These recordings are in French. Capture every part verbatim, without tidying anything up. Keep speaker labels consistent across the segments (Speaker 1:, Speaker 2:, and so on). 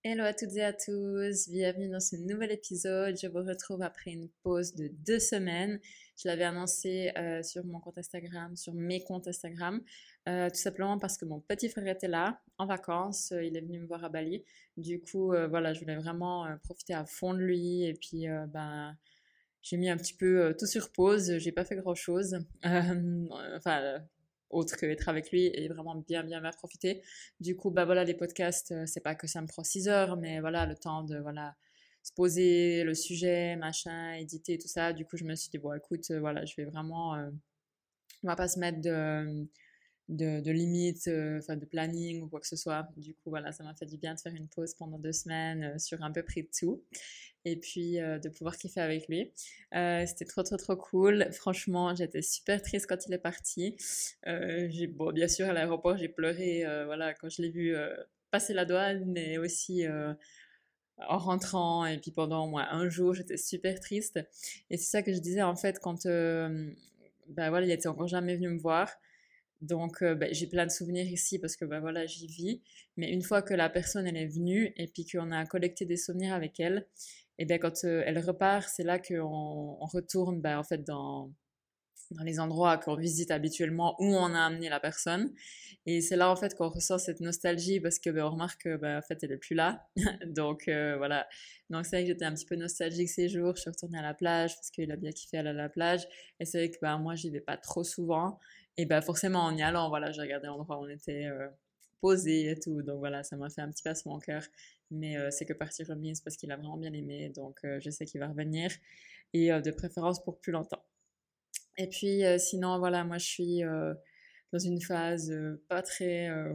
Speaker 1: Hello à toutes et à tous, bienvenue dans ce nouvel épisode. Je vous retrouve après une pause de deux semaines. Je l'avais annoncé euh, sur mon compte Instagram, sur mes comptes Instagram, euh, tout simplement parce que mon petit frère était là, en vacances. Euh, il est venu me voir à Bali. Du coup, euh, voilà, je voulais vraiment euh, profiter à fond de lui. Et puis, euh, ben, j'ai mis un petit peu euh, tout sur pause. J'ai pas fait grand-chose. Euh, enfin, euh, autre que être avec lui et vraiment bien, bien, bien profiter. Du coup, bah voilà, les podcasts, euh, c'est pas que ça me prend six heures, mais voilà, le temps de, voilà, se poser le sujet, machin, éditer, tout ça. Du coup, je me suis dit, bon, écoute, euh, voilà, je vais vraiment, euh, on va pas se mettre de, de, de limites, euh, enfin de planning ou quoi que ce soit. Du coup, voilà, ça m'a fait du bien de faire une pause pendant deux semaines euh, sur un peu près de tout et puis euh, de pouvoir kiffer avec lui. Euh, c'était trop trop trop cool. Franchement, j'étais super triste quand il est parti. Euh, j'ai, bon, bien sûr, à l'aéroport, j'ai pleuré euh, voilà, quand je l'ai vu euh, passer la douane, mais aussi euh, en rentrant. Et puis pendant au moins un jour, j'étais super triste. Et c'est ça que je disais en fait quand euh, bah, voilà, il était encore jamais venu me voir. Donc, euh, bah, j'ai plein de souvenirs ici parce que bah, voilà, j'y vis. Mais une fois que la personne elle est venue et puis qu'on a collecté des souvenirs avec elle, et bien quand euh, elle repart, c'est là qu'on on retourne bah, en fait dans, dans les endroits qu'on visite habituellement où on a amené la personne. Et c'est là en fait qu'on ressent cette nostalgie parce que bah, on remarque que bah, en fait elle est plus là. Donc euh, voilà. Donc c'est vrai que j'étais un petit peu nostalgique ces jours. Je suis retournée à la plage parce qu'il a bien kiffé aller à la plage. Et c'est vrai que bah, moi j'y vais pas trop souvent. Et bah forcément en y allant, voilà, j'ai regardé l'endroit où on était euh, posé et tout. Donc voilà, ça m'a fait un petit pincement au cœur. Mais euh, c'est que partie remise parce qu'il a vraiment bien aimé. Donc euh, je sais qu'il va revenir. Et euh, de préférence pour plus longtemps. Et puis euh, sinon, voilà, moi je suis euh, dans une phase euh, pas très... euh,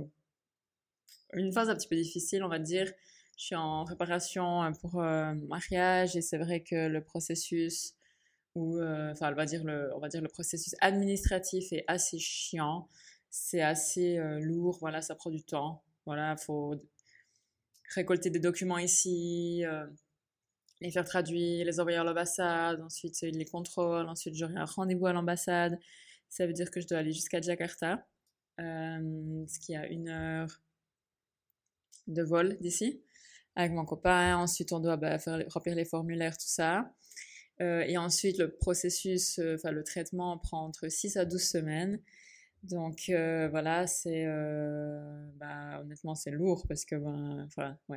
Speaker 1: une phase un petit peu difficile, on va dire. Je suis en préparation euh, pour euh, mon mariage et c'est vrai que le processus, ou euh, enfin, on va dire le, on va dire le processus administratif est assez chiant. C'est assez euh, lourd, voilà, ça prend du temps. Voilà, il faut récolter des documents ici, euh, les faire traduire, les envoyer à l'ambassade, ensuite ils les contrôlent, ensuite j'aurai un rendez-vous à l'ambassade. Ça veut dire que je dois aller jusqu'à Jakarta, euh, ce qui a une heure de vol d'ici, avec mon copain. Ensuite, on doit bah, faire, remplir les formulaires, tout ça. Euh, et ensuite, le processus, euh, enfin le traitement prend entre six à douze semaines. Donc euh, voilà, c'est euh, bah, honnêtement c'est lourd parce que ben voilà, ouais.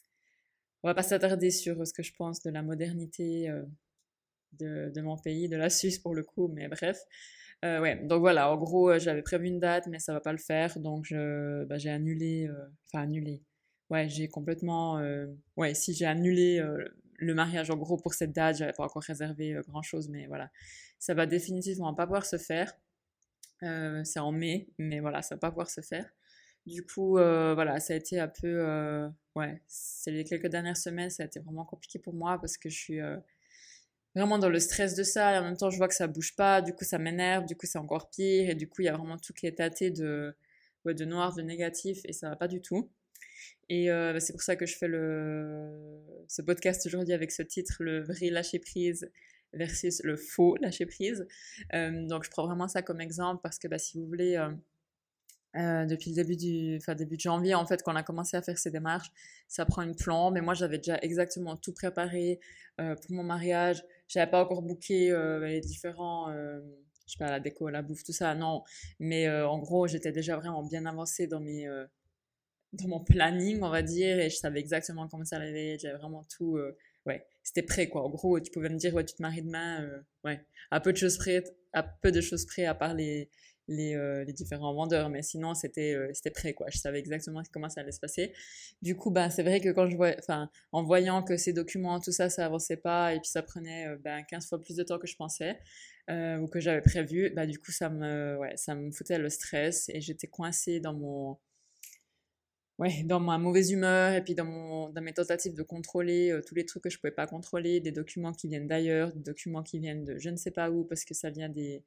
Speaker 1: On va pas s'attarder sur ce que je pense de la modernité euh, de, de mon pays, de la Suisse pour le coup, mais bref. Euh, ouais, donc voilà, en gros, euh, j'avais prévu une date, mais ça va pas le faire, donc je, bah, j'ai annulé, euh, enfin annulé. Ouais, j'ai complètement, euh, ouais, si j'ai annulé euh, le mariage en gros pour cette date, j'avais pas encore réservé euh, grand-chose, mais voilà, ça va définitivement pas pouvoir se faire. Euh, c'est en mai, mais voilà, ça va pas pouvoir se faire. Du coup, euh, voilà, ça a été un peu, euh, ouais, c'est les quelques dernières semaines, ça a été vraiment compliqué pour moi parce que je suis euh, vraiment dans le stress de ça et en même temps je vois que ça bouge pas, du coup ça m'énerve, du coup c'est encore pire et du coup il y a vraiment tout qui est tâté de, ouais, de noir, de négatif et ça va pas du tout. Et euh, bah, c'est pour ça que je fais le, ce podcast aujourd'hui avec ce titre, le vrai lâcher prise versus le faux lâcher prise. Euh, donc je prends vraiment ça comme exemple parce que bah, si vous voulez, euh, euh, depuis le début du, enfin, début de janvier, en fait, quand on a commencé à faire ces démarches, ça prend une plombe. Mais moi, j'avais déjà exactement tout préparé euh, pour mon mariage. J'avais pas encore booké euh, les différents, euh, je sais pas, la déco, la bouffe, tout ça, non. Mais euh, en gros, j'étais déjà vraiment bien avancée dans mes, euh, dans mon planning, on va dire, et je savais exactement comment ça allait. J'avais vraiment tout, euh, ouais, c'était prêt, quoi. En gros, tu pouvais me dire, ouais, tu te maries demain, euh, ouais, à peu de choses près, à peu de choses près, à part les, les, euh, les différents vendeurs, mais sinon, c'était, euh, c'était prêt, quoi. Je savais exactement comment ça allait se passer. Du coup, ben, c'est vrai que quand je vois, enfin, en voyant que ces documents, tout ça, ça avançait pas, et puis ça prenait, euh, ben, quinze fois plus de temps que je pensais, euh, ou que j'avais prévu, bah, du coup, ça me, ouais, ça me foutait le stress, et j'étais coincée dans mon, ouais, dans ma mauvaise humeur et puis dans, mon, dans mes tentatives de contrôler euh, tous les trucs que je pouvais pas contrôler, des documents qui viennent d'ailleurs, des documents qui viennent de je ne sais pas où parce que ça vient des,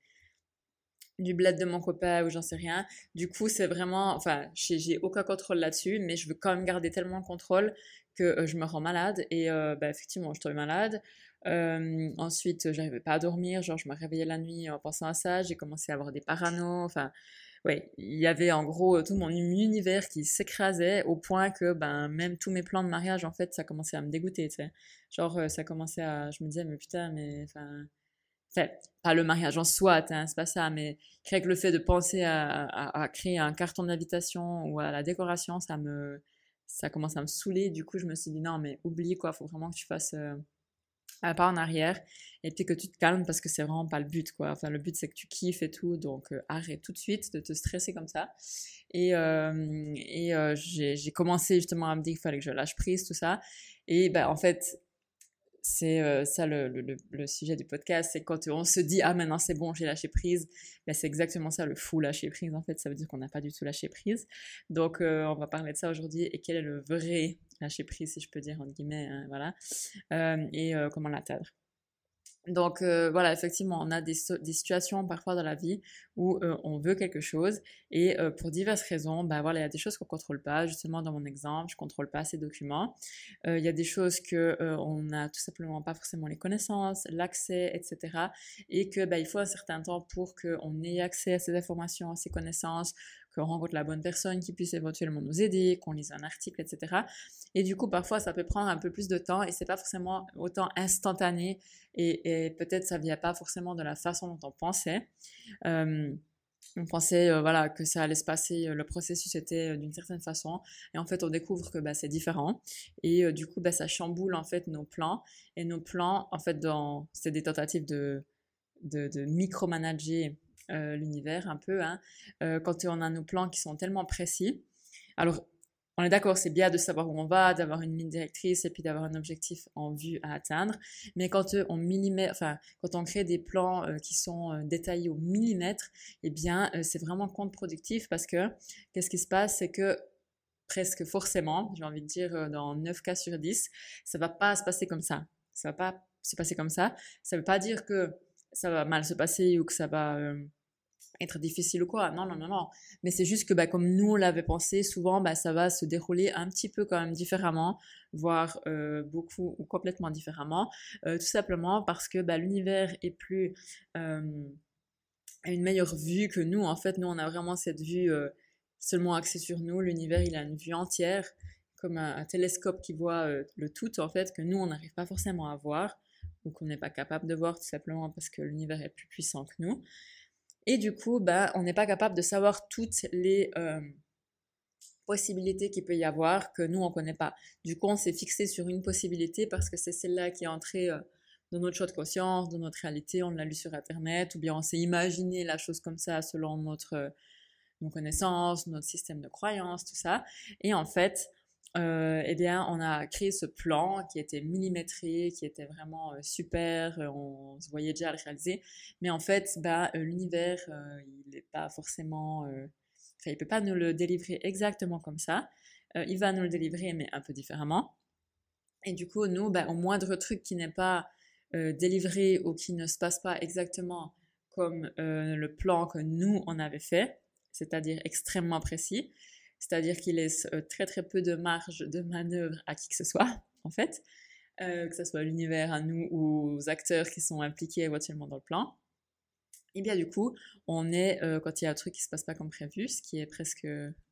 Speaker 1: du bled de mon copain ou j'en sais rien. Du coup, c'est vraiment, enfin, j'ai, j'ai aucun contrôle là-dessus, mais je veux quand même garder tellement le contrôle que euh, je me rends malade et euh, bah, effectivement, je tombe malade. Euh, ensuite, j'arrivais pas à dormir, genre je me réveillais la nuit en pensant à ça, j'ai commencé à avoir des paranos, enfin, ouais, il y avait en gros tout mon univers qui s'écrasait au point que ben même tous mes plans de mariage en fait ça commençait à me dégoûter, tu sais. Genre euh, ça commençait à, je me disais mais putain mais enfin, enfin pas le mariage en soi, hein, c'est pas ça, mais rien que le fait de penser à, à, à créer un carton d'invitation ou à la décoration, ça me, ça commence à me saouler. Du coup je me suis dit non mais oublie quoi, faut vraiment que tu fasses euh, un pas en arrière et puis que tu te calmes parce que c'est vraiment pas le but quoi. Enfin le but c'est que tu kiffes et tout, donc euh, arrête tout de suite de te stresser comme ça. Et, euh, et euh, j'ai, j'ai commencé justement à me dire qu'il fallait que je lâche prise tout ça. Et ben en fait c'est euh, ça le, le, le, sujet du podcast, c'est quand on se dit ah maintenant c'est bon j'ai lâché prise, ben, c'est exactement ça le fou lâcher prise en fait, ça veut dire qu'on n'a pas du tout lâché prise. Donc euh, on va parler de ça aujourd'hui et quel est le vrai lâcher prise si je peux dire entre guillemets, hein, voilà, euh, et euh, comment l'atteindre. Donc euh, voilà, effectivement, on a des, des situations parfois dans la vie où euh, on veut quelque chose et euh, pour diverses raisons, bah voilà, il y a des choses qu'on contrôle pas. Justement, dans mon exemple, je contrôle pas ces documents. Euh, il y a des choses que euh, on n'a tout simplement pas forcément les connaissances, l'accès, et cetera. Et que bah, il faut un certain temps pour qu'on ait accès à ces informations, à ces connaissances, qu'on rencontre la bonne personne qui puisse éventuellement nous aider, qu'on lise un article, et cetera. Et du coup, parfois, ça peut prendre un peu plus de temps et c'est pas forcément autant instantané et, et peut-être ça vient pas forcément de la façon dont on pensait. Euh, on pensait euh, voilà que ça allait se passer, euh, le processus était euh, d'une certaine façon et en fait on découvre que bah, c'est différent et euh, du coup bah, ça chamboule en fait nos plans et nos plans en fait dans c'est des tentatives de de, de micromanager euh, l'univers un peu, hein, euh, quand on a nos plans qui sont tellement précis. Alors on est d'accord, c'est bien de savoir où on va, d'avoir une ligne directrice et puis d'avoir un objectif en vue à atteindre. Mais quand euh, on millimètre, enfin, quand on crée des plans euh, qui sont euh, détaillés au millimètre, eh bien, euh, c'est vraiment contre-productif parce que qu'est-ce qui se passe, c'est que presque forcément, j'ai envie de dire euh, dans neuf cas sur dix, ça va pas se passer comme ça. Ça va pas se passer comme ça. Ça veut pas dire que ça va mal se passer ou que ça va euh, être difficile ou quoi. Non, non, non, non. Mais c'est juste que bah, comme nous on l'avait pensé, souvent bah, ça va se dérouler un petit peu quand même différemment, voire euh, beaucoup ou complètement différemment, euh, tout simplement parce que bah, l'univers est plus euh, a une meilleure vue que nous. En fait, nous on a vraiment cette vue euh, seulement axée sur nous. L'univers il a une vue entière, comme un, un télescope qui voit euh, le tout en fait, que nous on n'arrive pas forcément à voir ou qu'on n'est pas capable de voir tout simplement parce que l'univers est plus puissant que nous. Et du coup, bah, on n'est pas capable de savoir toutes les euh, possibilités qu'il peut y avoir que nous, on ne connaît pas. Du coup, on s'est fixé sur une possibilité parce que c'est celle-là qui est entrée euh, dans notre champ de conscience, dans notre réalité, on l'a lu sur Internet, ou bien on s'est imaginé la chose comme ça selon notre, euh, nos connaissances, notre système de croyances, tout ça. Et en fait, euh, eh bien, on a créé ce plan qui était millimétré, qui était vraiment euh, super, euh, on se voyait déjà le réaliser. Mais en fait, bah, euh, l'univers, euh, il n'est pas forcément... Euh, enfin, il peut pas nous le délivrer exactement comme ça. Euh, il va nous le délivrer, mais un peu différemment. Et du coup, nous, bah, au moindre truc qui n'est pas euh, délivré ou qui ne se passe pas exactement comme euh, le plan que nous, on avait fait, c'est-à-dire extrêmement précis, c'est-à-dire qu'il laisse euh, très très peu de marge de manœuvre à qui que ce soit, en fait, euh, que ce soit l'univers à nous ou aux acteurs qui sont impliqués éventuellement dans le plan. Et bien du coup, on est, euh, quand il y a un truc qui se passe pas comme prévu, ce qui est presque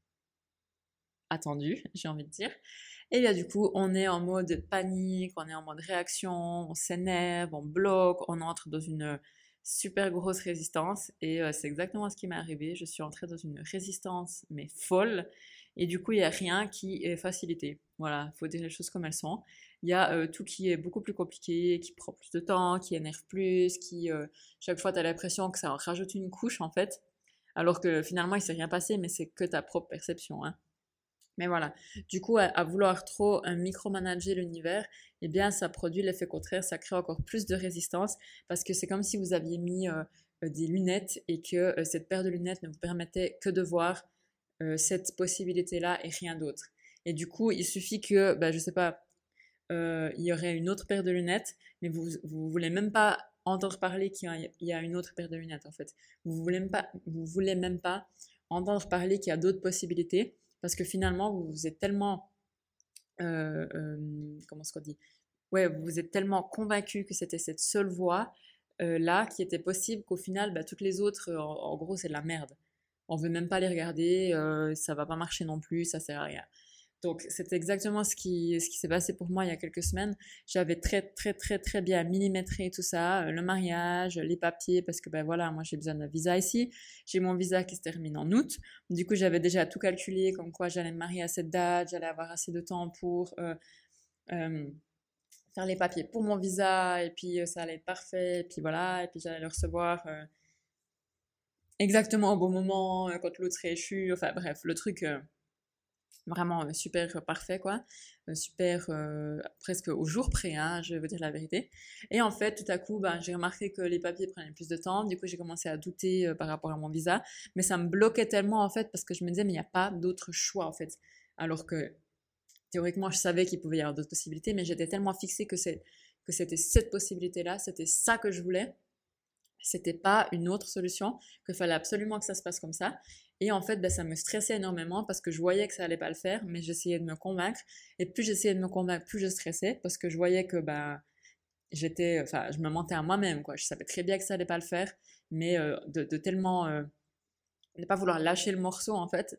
Speaker 1: attendu, j'ai envie de dire, et bien du coup, on est en mode panique, on est en mode réaction, on s'énerve, on bloque, on entre dans une super grosse résistance et euh, c'est exactement ce qui m'est arrivé. Je suis entrée dans une résistance mais folle et du coup, il n'y a rien qui est facilité. Voilà, il faut dire les choses comme elles sont. Il y a euh, tout qui est beaucoup plus compliqué, qui prend plus de temps, qui énerve plus, qui euh, chaque fois tu as l'impression que ça en rajoute une couche en fait, alors que finalement il s'est rien passé mais c'est que ta propre perception, hein. Mais voilà, du coup, à, à vouloir trop euh, micromanager l'univers, eh bien, ça produit l'effet contraire, ça crée encore plus de résistance parce que c'est comme si vous aviez mis euh, euh, des lunettes et que euh, cette paire de lunettes ne vous permettait que de voir euh, cette possibilité-là et rien d'autre. Et du coup, il suffit que, bah, je sais pas, euh, il y aurait une autre paire de lunettes, mais vous vous voulez même pas entendre parler qu'il y a une autre paire de lunettes en fait. Vous voulez même pas, vous voulez même pas entendre parler qu'il y a d'autres possibilités parce que finalement vous, vous êtes tellement euh, euh, comment est-ce qu'on dit, ouais, vous êtes tellement convaincu que c'était cette seule voie euh, là qui était possible qu'au final bah, toutes les autres euh, en, en gros c'est de la merde. on veut même pas les regarder, euh, ça va pas marcher non plus, ça sert à rien. Donc, c'est exactement ce qui, ce qui s'est passé pour moi il y a quelques semaines. J'avais très, très, très, très bien millimétré tout ça, euh, le mariage, les papiers, parce que ben voilà, moi j'ai besoin d'un visa ici. J'ai mon visa qui se termine en août. Du coup, j'avais déjà tout calculé, comme quoi j'allais me marier à cette date, j'allais avoir assez de temps pour euh, euh, faire les papiers pour mon visa, et puis euh, ça allait être parfait, et puis voilà, et puis j'allais le recevoir euh, exactement au bon moment, euh, quand l'autre serait échu. Enfin bref, le truc. Euh, Vraiment euh, super euh, parfait, quoi. Euh, super, euh, presque au jour près, hein, je veux dire la vérité. Et en fait, tout à coup, ben, j'ai remarqué que les papiers prenaient plus de temps. Du coup, j'ai commencé à douter euh, par rapport à mon visa. Mais ça me bloquait tellement, en fait, parce que je me disais, mais il n'y a pas d'autre choix, en fait. Alors que, théoriquement, je savais qu'il pouvait y avoir d'autres possibilités, mais j'étais tellement fixée que c'est, que c'était cette possibilité-là, c'était ça que je voulais. C'était pas une autre solution, qu'il fallait absolument que ça se passe comme ça. Et en fait, ben, ça me stressait énormément parce que je voyais que ça allait pas le faire, mais j'essayais de me convaincre. Et plus j'essayais de me convaincre, plus je stressais parce que je voyais que ben, j'étais, enfin, je me mentais à moi-même, quoi. Je savais très bien que ça allait pas le faire, mais euh, de, de tellement euh, ne pas vouloir lâcher le morceau, en fait,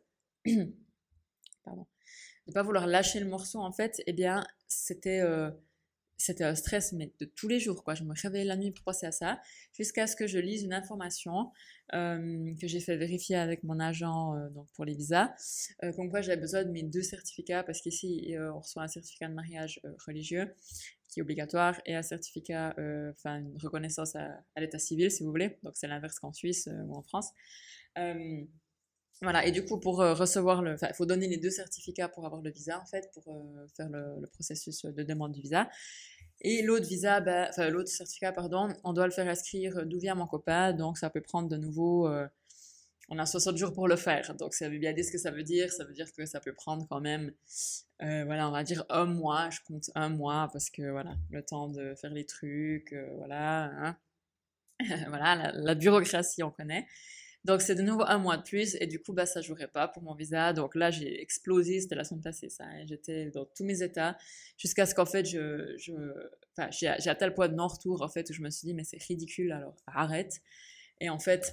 Speaker 1: pardon, de pas vouloir lâcher le morceau, en fait, eh bien, c'était euh, c'était un stress, mais de tous les jours, quoi. Je me réveillais la nuit pour penser à ça, jusqu'à ce que je lise une information euh, que j'ai fait vérifier avec mon agent euh, donc pour les visas, euh, comme quoi j'avais besoin de mes deux certificats, parce qu'ici, euh, on reçoit un certificat de mariage euh, religieux qui est obligatoire et un certificat, euh, enfin une reconnaissance à, à l'état civil, si vous voulez. Donc c'est l'inverse qu'en Suisse euh, ou en France. Euh, voilà, et du coup, pour euh, recevoir le. Enfin, il faut donner les deux certificats pour avoir le visa, en fait, pour euh, faire le, le processus de demande du visa. Et l'autre visa, ben, enfin l'autre certificat, pardon, on doit le faire inscrire d'où vient mon copain, donc ça peut prendre de nouveau, euh, on a soixante jours pour le faire, donc ça veut bien dire ce que ça veut dire, ça veut dire que ça peut prendre quand même, euh, voilà, on va dire un mois, je compte un mois, parce que voilà, le temps de faire les trucs, euh, voilà, hein. Voilà, la, la bureaucratie, on connaît. Donc c'est de nouveau un mois de plus et du coup bah ça jouerait pas pour mon visa. Donc là j'ai explosé, c'était la semaine passée ça, et j'étais dans tous mes états jusqu'à ce qu'en fait je, je enfin j'ai, j'ai atteint le point de non-retour en fait où je me suis dit mais c'est ridicule alors arrête. Et en fait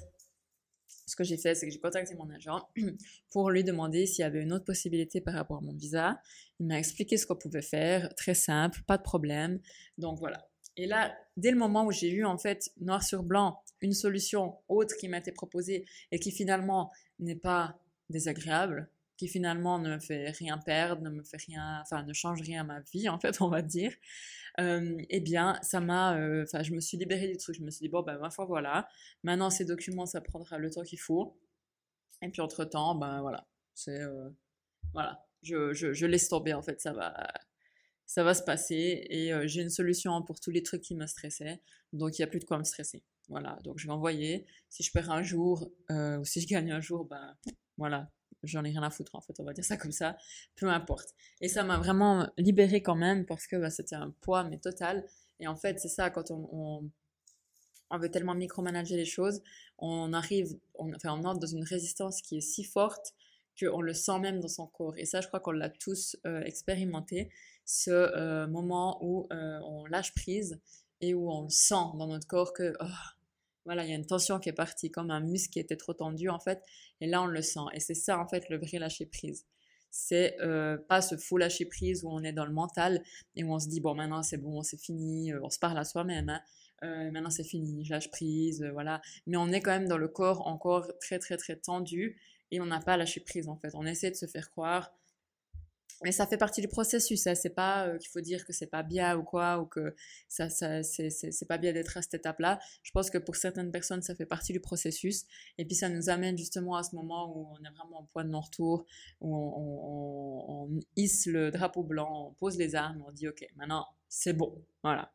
Speaker 1: ce que j'ai fait c'est que j'ai contacté mon agent pour lui demander s'il y avait une autre possibilité par rapport à mon visa. Il m'a expliqué ce qu'on pouvait faire, très simple, pas de problème. Donc voilà. Et là, dès le moment où j'ai eu en fait noir sur blanc une solution autre qui m'a été proposée et qui finalement n'est pas désagréable, qui finalement ne me fait rien perdre, ne me fait rien, enfin ne change rien à ma vie en fait, on va dire, euh, eh bien ça m'a, euh, enfin je me suis libérée du truc, je me suis dit bon ben ma foi voilà, maintenant ces documents ça prendra le temps qu'il faut, et puis entre temps ben voilà, c'est euh, voilà, je, je, je laisse tomber en fait, ça va, ça va se passer et euh, j'ai une solution pour tous les trucs qui me stressaient, donc il n'y a plus de quoi me stresser. Voilà, donc je vais envoyer. Si je perds un jour euh, ou si je gagne un jour, ben voilà, j'en ai rien à foutre en fait, on va dire ça comme ça, peu importe. Et ça m'a vraiment libérée quand même parce que bah, c'était un poids mais total. Et en fait, c'est ça, quand on, on, on veut tellement micromanager les choses, on arrive, on, enfin on entre dans une résistance qui est si forte qu'on le sent même dans son corps. Et ça, je crois qu'on l'a tous euh, expérimenté, ce euh, moment où euh, on lâche prise et où on le sent dans notre corps que, oh, voilà, il y a une tension qui est partie, comme un muscle qui était trop tendu en fait, et là on le sent. Et c'est ça en fait le vrai lâcher prise. C'est euh, pas ce faux lâcher prise où on est dans le mental et où on se dit bon maintenant c'est bon, c'est fini, euh, on se parle à soi-même, hein. Euh, maintenant c'est fini, je lâche prise, euh, voilà. Mais on est quand même dans le corps encore très très très tendu et on n'a pas lâché prise en fait. On essaie de se faire croire. Mais ça fait partie du processus, hein. C'est pas euh, qu'il faut dire que c'est pas bien ou quoi, ou que ça, ça c'est, c'est, c'est pas bien d'être à cette étape-là. Je pense que pour certaines personnes, ça fait partie du processus. Et puis ça nous amène justement à ce moment où on est vraiment au point de non-retour, où on, on, on hisse le drapeau blanc, on pose les armes, on dit ok, maintenant c'est bon, voilà.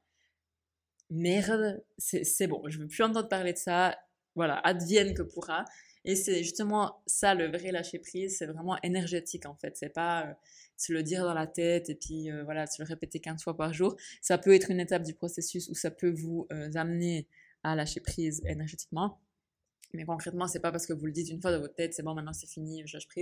Speaker 1: Merde, c'est, c'est bon, je veux plus entendre parler de ça, voilà, advienne que pourra. Et c'est justement ça le vrai lâcher prise, c'est vraiment énergétique en fait, c'est pas euh, se le dire dans la tête et puis euh, voilà, se le répéter quinze fois par jour. Ça peut être une étape du processus où ça peut vous euh, amener à lâcher prise énergétiquement, mais concrètement, c'est pas parce que vous le dites une fois dans votre tête, c'est bon, maintenant c'est fini, je lâche prise,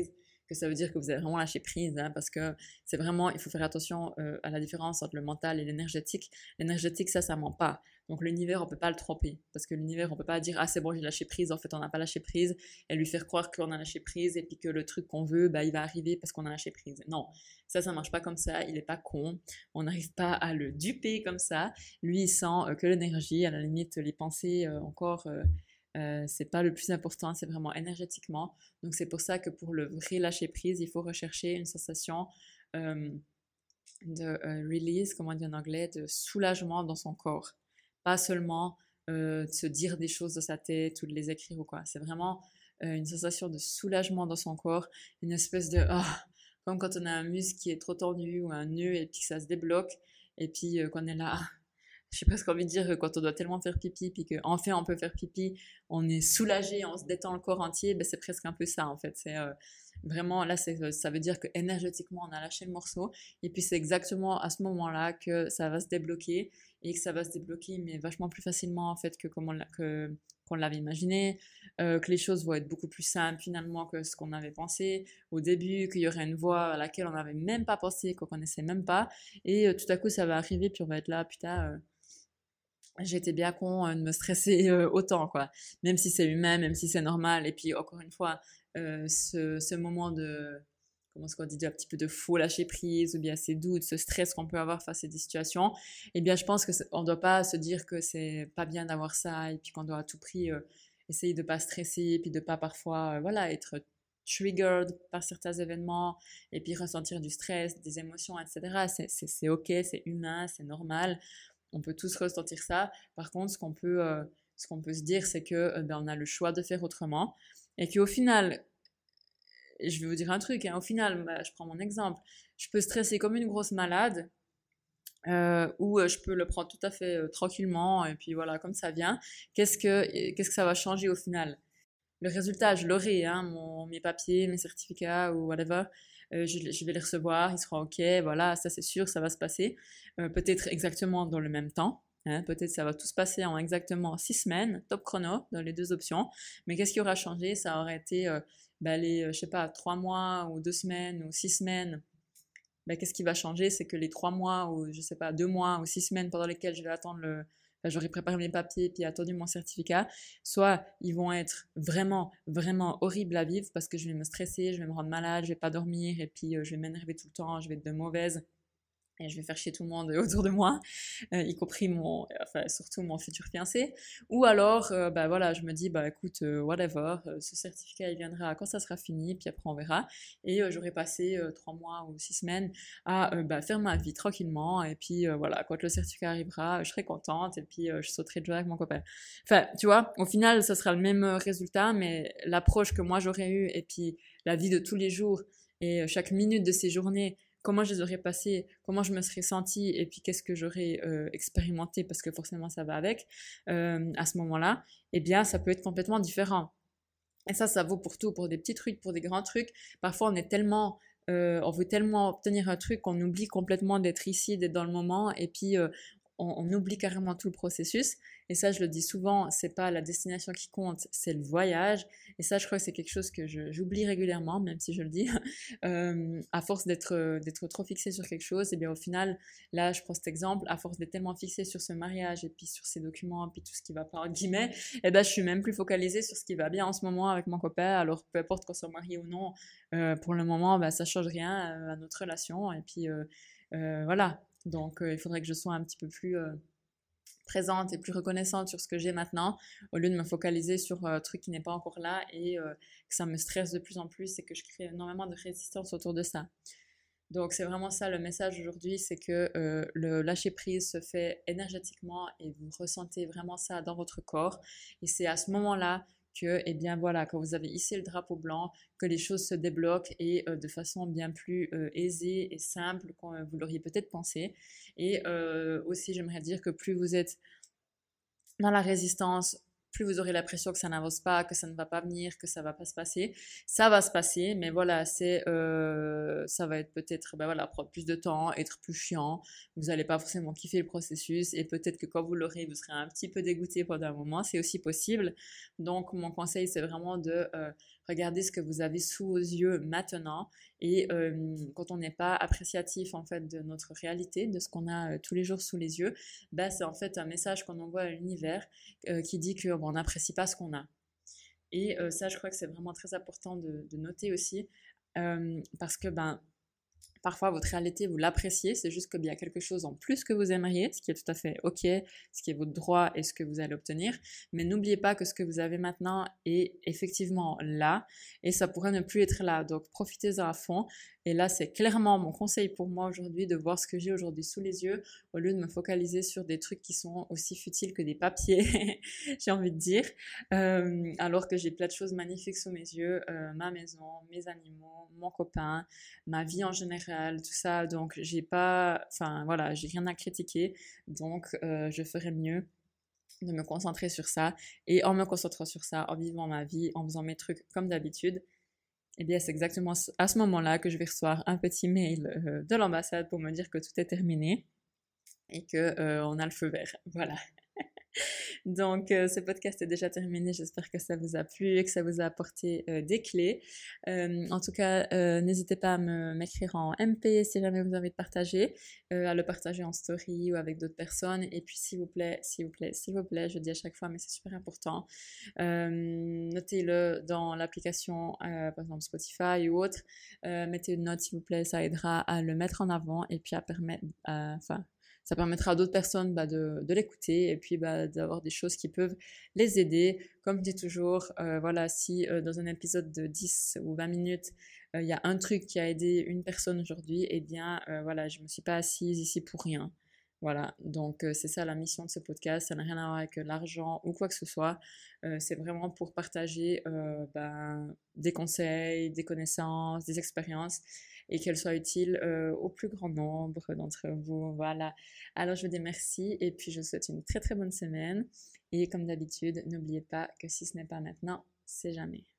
Speaker 1: que ça veut dire que vous avez vraiment lâché prise, hein, parce que c'est vraiment, il faut faire attention euh, à la différence entre le mental et l'énergétique. L'énergétique, ça, ça ment pas. Donc l'univers, on peut pas le tromper, parce que l'univers, on peut pas dire ah c'est bon j'ai lâché prise, en fait on n'a pas lâché prise, et lui faire croire qu'on a lâché prise et puis que le truc qu'on veut, bah il va arriver parce qu'on a lâché prise. Non, ça ça marche pas comme ça. Il est pas con, on n'arrive pas à le duper comme ça. Lui il sent euh, que l'énergie, à la limite les pensées euh, encore. Euh, euh, c'est pas le plus important, c'est vraiment énergétiquement. Donc c'est pour ça que pour le vrai lâcher prise, il faut rechercher une sensation euh, de euh, release, comme on dit en anglais, de soulagement dans son corps. Pas seulement euh, de se dire des choses de sa tête ou de les écrire ou quoi. C'est vraiment euh, une sensation de soulagement dans son corps, une espèce de oh, comme quand on a un muscle qui est trop tendu ou un nœud et puis que ça se débloque et puis euh, qu'on est là. J'ai presque envie de dire quand on doit tellement faire pipi puis qu'enfin on peut faire pipi, on est soulagé, on se détend le corps entier, ben c'est presque un peu ça en fait. C'est euh, vraiment là, c'est, ça veut dire que énergétiquement on a lâché le morceau et puis c'est exactement à ce moment-là que ça va se débloquer et que ça va se débloquer mais vachement plus facilement en fait que comme on l'a, que qu'on l'avait imaginé, euh, que les choses vont être beaucoup plus simples finalement que ce qu'on avait pensé au début, qu'il y aurait une voie à laquelle on n'avait même pas pensé, qu'on connaissait même pas, et euh, tout à coup ça va arriver puis on va être là, putain. Euh, J'étais bien con euh, de me stresser euh, autant, quoi. Même si c'est humain, même si c'est normal. Et puis, encore une fois, euh, ce, ce moment de, comment est-ce qu'on dit, un petit peu de faux lâcher prise, ou bien ces doutes, ce stress qu'on peut avoir face à des situations, eh bien, je pense qu'on ne doit pas se dire que c'est pas bien d'avoir ça, et puis qu'on doit à tout prix euh, essayer de pas stresser, et puis de pas parfois, euh, voilà, être triggered par certains événements, et puis ressentir du stress, des émotions, et cetera. C'est, c'est, c'est ok, c'est humain, c'est normal. On peut tous ressentir ça. Par contre, ce qu'on peut, euh, ce qu'on peut se dire, c'est que euh, ben, on a le choix de faire autrement. Et qu'au final, je vais vous dire un truc, hein, au final, bah, je prends mon exemple, je peux stresser comme une grosse malade, euh, ou euh, je peux le prendre tout à fait euh, tranquillement, et puis voilà, comme ça vient. Qu'est-ce que, qu'est-ce que ça va changer au final? Le résultat, je l'aurai, hein, mon, mes papiers, mes certificats ou whatever. Euh, je, je, vais les recevoir, ils seront ok, voilà, ça c'est sûr, ça va se passer. Euh, peut-être exactement dans le même temps. Hein, peut-être ça va tout se passer en exactement six semaines, top chrono, dans les deux options. Mais qu'est-ce qui aura changé? Ça aurait été, euh, bah, les, euh, je sais pas, trois mois ou deux semaines ou six semaines. Bah, qu'est-ce qui va changer? C'est que les trois mois ou, je sais pas, deux mois ou six semaines pendant lesquelles je vais attendre le, enfin, j'aurai préparé mes papiers puis attendu mon certificat, soit ils vont être vraiment, vraiment horribles à vivre parce que je vais me stresser, je vais me rendre malade, je vais pas dormir et puis euh, je vais m'énerver tout le temps, je vais être de mauvaise et je vais faire chier tout le monde autour de moi, euh, y compris mon, enfin surtout mon futur fiancé. Ou alors, euh, bah voilà, je me dis, bah écoute, euh, whatever, euh, ce certificat il viendra quand ça sera fini, puis après on verra. Et euh, j'aurai passé euh, trois mois ou six semaines à euh, bah, faire ma vie tranquillement. Et puis euh, voilà, quand le certificat arrivera, je serai contente et puis euh, je sauterai de joie avec mon copain. Enfin, tu vois, au final, ça sera le même résultat, mais l'approche que moi j'aurais eue et puis la vie de tous les jours et euh, chaque minute de ces journées comment je les aurais passées, comment je me serais sentie et puis qu'est-ce que j'aurais euh, expérimenté parce que forcément ça va avec euh, à ce moment-là, eh bien ça peut être complètement différent. Et ça, ça vaut pour tout, pour des petits trucs, pour des grands trucs. Parfois on est tellement, euh, on veut tellement obtenir un truc qu'on oublie complètement d'être ici, d'être dans le moment et puis euh, on, on oublie carrément tout le processus. Et ça, je le dis souvent, c'est pas la destination qui compte, c'est le voyage. Et ça, je crois que c'est quelque chose que je, j'oublie régulièrement, même si je le dis. Euh, à force d'être, d'être trop fixé sur quelque chose, et bien au final, là, je prends cet exemple, à force d'être tellement fixé sur ce mariage et puis sur ces documents, et puis tout ce qui va pas, entre guillemets, et ben je suis même plus focalisée sur ce qui va bien en ce moment avec mon copain. Alors, peu importe qu'on soit marié ou non, euh, pour le moment, ben, ça change rien euh, à notre relation. Et puis, euh, euh, voilà. Donc, euh, il faudrait que je sois un petit peu plus... Euh, présente et plus reconnaissante sur ce que j'ai maintenant, au lieu de me focaliser sur un truc qui n'est pas encore là et euh, que ça me stresse de plus en plus et que je crée énormément de résistance autour de ça. Donc c'est vraiment ça le message aujourd'hui, c'est que euh, le lâcher prise se fait énergétiquement et vous ressentez vraiment ça dans votre corps. Et c'est à ce moment-là que, eh bien voilà, quand vous avez hissé le drapeau blanc, que les choses se débloquent et euh, de façon bien plus euh, aisée et simple que vous l'auriez peut-être pensé. Et euh, aussi, j'aimerais dire que plus vous êtes dans la résistance, plus vous aurez l'impression que ça n'avance pas, que ça ne va pas venir, que ça va pas se passer. Ça va se passer, mais voilà, c'est, euh, ça va être peut-être, ben voilà, prendre plus de temps, être plus chiant. Vous n'allez pas forcément kiffer le processus et peut-être que quand vous l'aurez, vous serez un petit peu dégoûté pendant un moment. C'est aussi possible. Donc, mon conseil, c'est vraiment de euh, regardez ce que vous avez sous vos yeux maintenant. Et euh, quand on n'est pas appréciatif en fait de notre réalité, de ce qu'on a euh, tous les jours sous les yeux, bah, c'est en fait un message qu'on envoie à l'univers euh, qui dit qu'on bon, n'apprécie pas ce qu'on a. Et euh, ça, je crois que c'est vraiment très important de, de noter aussi, euh, parce que ben, parfois votre réalité, vous l'appréciez, c'est juste qu'il y a quelque chose en plus que vous aimeriez, ce qui est tout à fait ok, ce qui est votre droit et ce que vous allez obtenir. Mais n'oubliez pas que ce que vous avez maintenant est effectivement là et ça pourrait ne plus être là. Donc profitez-en à fond. Et là, c'est clairement mon conseil pour moi aujourd'hui de voir ce que j'ai aujourd'hui sous les yeux au lieu de me focaliser sur des trucs qui sont aussi futiles que des papiers, j'ai envie de dire. Euh, alors que j'ai plein de choses magnifiques sous mes yeux, euh, ma maison, mes animaux, mon copain, ma vie en général, tout ça. Donc, j'ai pas, enfin voilà, j'ai rien à critiquer. Donc, euh, je ferais mieux de me concentrer sur ça. Et en me concentrant sur ça, en vivant ma vie, en faisant mes trucs comme d'habitude, eh bien, c'est exactement à ce moment-là que je vais recevoir un petit mail euh, de l'ambassade pour me dire que tout est terminé et que euh, on a le feu vert. Voilà. Donc, euh, ce podcast est déjà terminé. J'espère que ça vous a plu et que ça vous a apporté euh, des clés. Euh, en tout cas, euh, n'hésitez pas à me, m'écrire en M P si jamais vous avez envie de partager, euh, à le partager en story ou avec d'autres personnes. Et puis, s'il vous plaît, s'il vous plaît, s'il vous plaît, je dis à chaque fois, mais c'est super important, euh, notez-le dans l'application, euh, par exemple Spotify ou autre. Euh, mettez une note, s'il vous plaît, ça aidera à le mettre en avant et puis à permettre, enfin, ça permettra à d'autres personnes bah, de, de l'écouter et puis bah, d'avoir des choses qui peuvent les aider. Comme je dis toujours, euh, voilà, si euh, dans un épisode de dix ou vingt minutes, il euh, y a un truc qui a aidé une personne aujourd'hui, eh bien, euh, voilà, je ne me suis pas assise ici pour rien. Voilà, donc euh, c'est ça la mission de ce podcast, ça n'a rien à voir avec l'argent ou quoi que ce soit, euh, c'est vraiment pour partager euh, ben, des conseils, des connaissances, des expériences et qu'elles soient utiles euh, au plus grand nombre d'entre vous. Voilà, alors je vous dis merci et puis je vous souhaite une très très bonne semaine et comme d'habitude, n'oubliez pas que si ce n'est pas maintenant, c'est jamais.